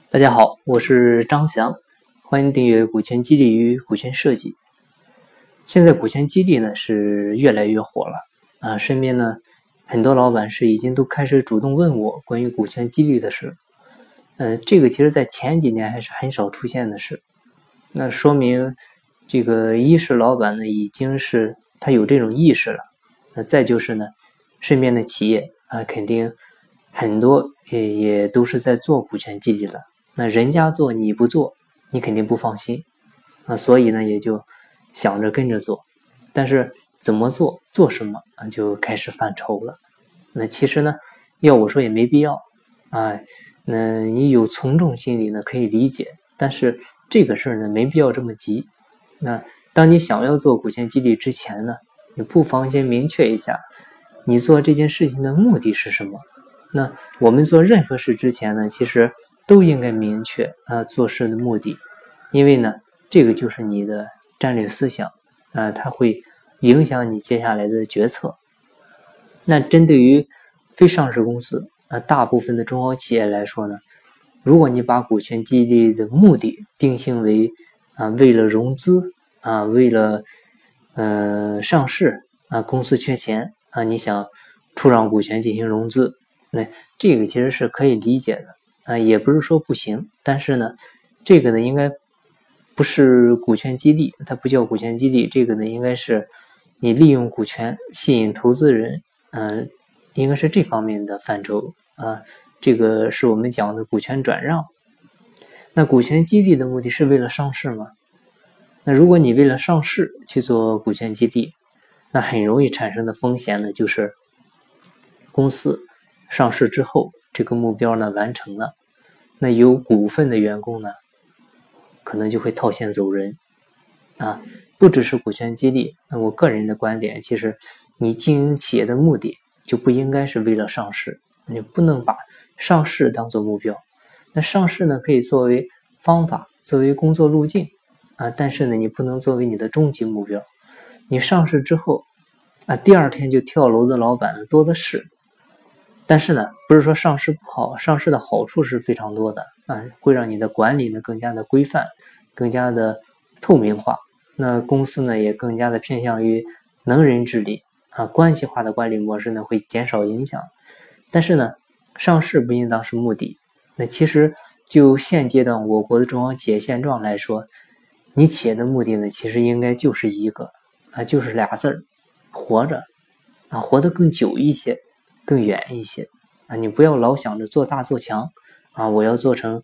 大家好，我是张翔，欢迎订阅股权激励与股权设计。现在股权激励呢是越来越火了身边呢很多老板是已经都开始主动问我关于股权激励的事。这个其实在前几年还是很少出现的事，那说明这个一是老板呢已经是他有这种意识了，那再就是呢身边的企业肯定很多也都是在做股权激励了。那人家做你不做，你肯定不放心，所以呢也就想着跟着做，但是怎么做做什么就开始犯愁了。那其实呢要我说也没必要那你有从众心理呢可以理解，但是这个事儿呢没必要这么急。那当你想要做股权激励之前呢，你不妨先明确一下你做这件事情的目的是什么。那我们做任何事之前呢，其实都应该明确做事的目的，因为呢这个就是你的战略思想它会影响你接下来的决策。那针对于非上市公司大部分的中小企业来说呢，如果你把股权激励的目的定性为为了融资为了上市公司缺钱你想出让股权进行融资，那这个其实是可以理解的也不是说不行，但是呢这个呢应该不是股权激励，它不叫股权激励，这个呢应该是你利用股权吸引投资人应该是这方面的范畴这个是我们讲的股权转让。那股权激励的目的是为了上市吗？那如果你为了上市去做股权激励，那很容易产生的风险呢就是公司上市之后这个目标呢完成了，那有股份的员工呢可能就会套现走人不只是股权激励，那我个人的观点，其实你经营企业的目的就不应该是为了上市，你不能把上市当做目标。那上市呢可以作为方法，作为工作路径但是呢你不能作为你的终极目标。你上市之后第二天就跳楼的老板多的是。但是呢不是说上市不好，上市的好处是非常多的会让你的管理呢更加的规范，更加的透明化，那公司呢也更加的偏向于能人治理关系化的管理模式呢会减少影响。但是呢上市不应当是目的。那其实就现阶段我国的中小企业现状来说，你企业的目的呢其实应该就是一个就是俩字儿，活着活得更久一些，更远一些你不要老想着做大做强我要做成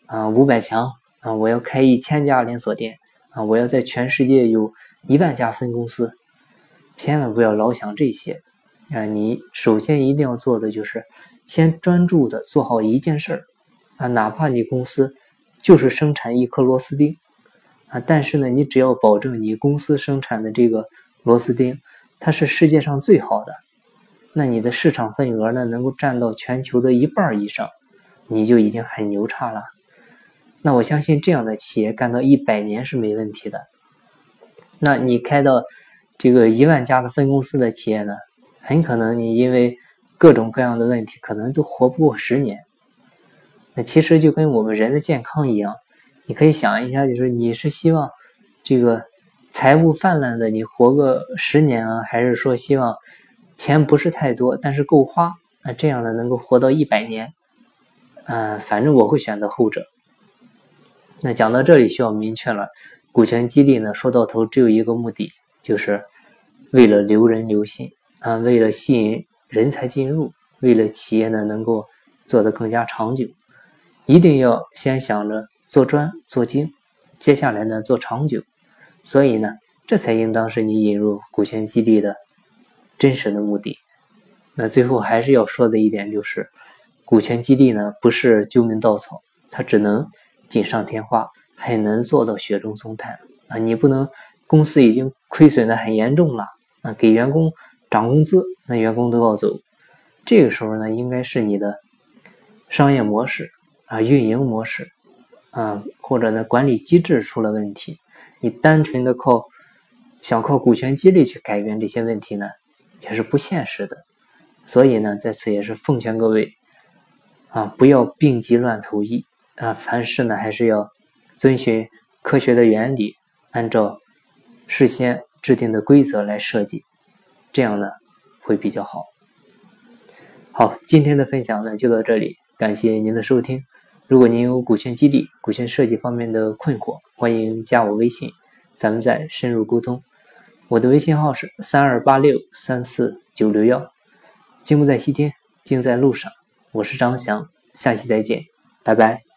500强我要开1000家连锁店我要在全世界有10000家分公司，千万不要老想这些你首先一定要做的就是先专注的做好一件事哪怕你公司就是生产一颗螺丝钉但是呢你只要保证你公司生产的这个螺丝钉它是世界上最好的，那你的市场份额呢能够占到全球的1半以上，你就已经很牛叉了。那我相信这样的企业干到100年是没问题的。那你开到这个10000家的分公司的企业呢，很可能你因为各种各样的问题可能都活不过10年。那其实就跟我们人的健康一样，你可以想一下，就是你是希望这个财务泛滥的你活个10年还是说希望钱不是太多但是够花这样的能够活到100年反正我会选择后者。那讲到这里需要明确了，股权激励呢说到头只有一个目的，就是为了留人留心为了吸引人才进入，为了企业呢能够做得更加长久。一定要先想着做专做精，接下来呢做长久，所以呢这才应当是你引入股权激励的真实的目的。那最后还是要说的一点就是，股权激励呢不是救命稻草，它只能锦上添花，很难做到雪中送炭你不能公司已经亏损的很严重了给员工涨工资，那员工都要走，这个时候呢应该是你的商业模式运营模式或者呢管理机制出了问题，你单纯的想靠股权激励去改变这些问题呢也是不现实的。所以呢在此也是奉劝各位不要病急乱投医凡事呢还是要遵循科学的原理，按照事先制定的规则来设计，这样呢会比较好。好，今天的分享呢就到这里，感谢您的收听。如果您有股权激励、股权设计方面的困惑，欢迎加我微信，咱们再深入沟通。我的微信号是3286349961。金不在西天，金在路上。我是张翔，下期再见，拜拜。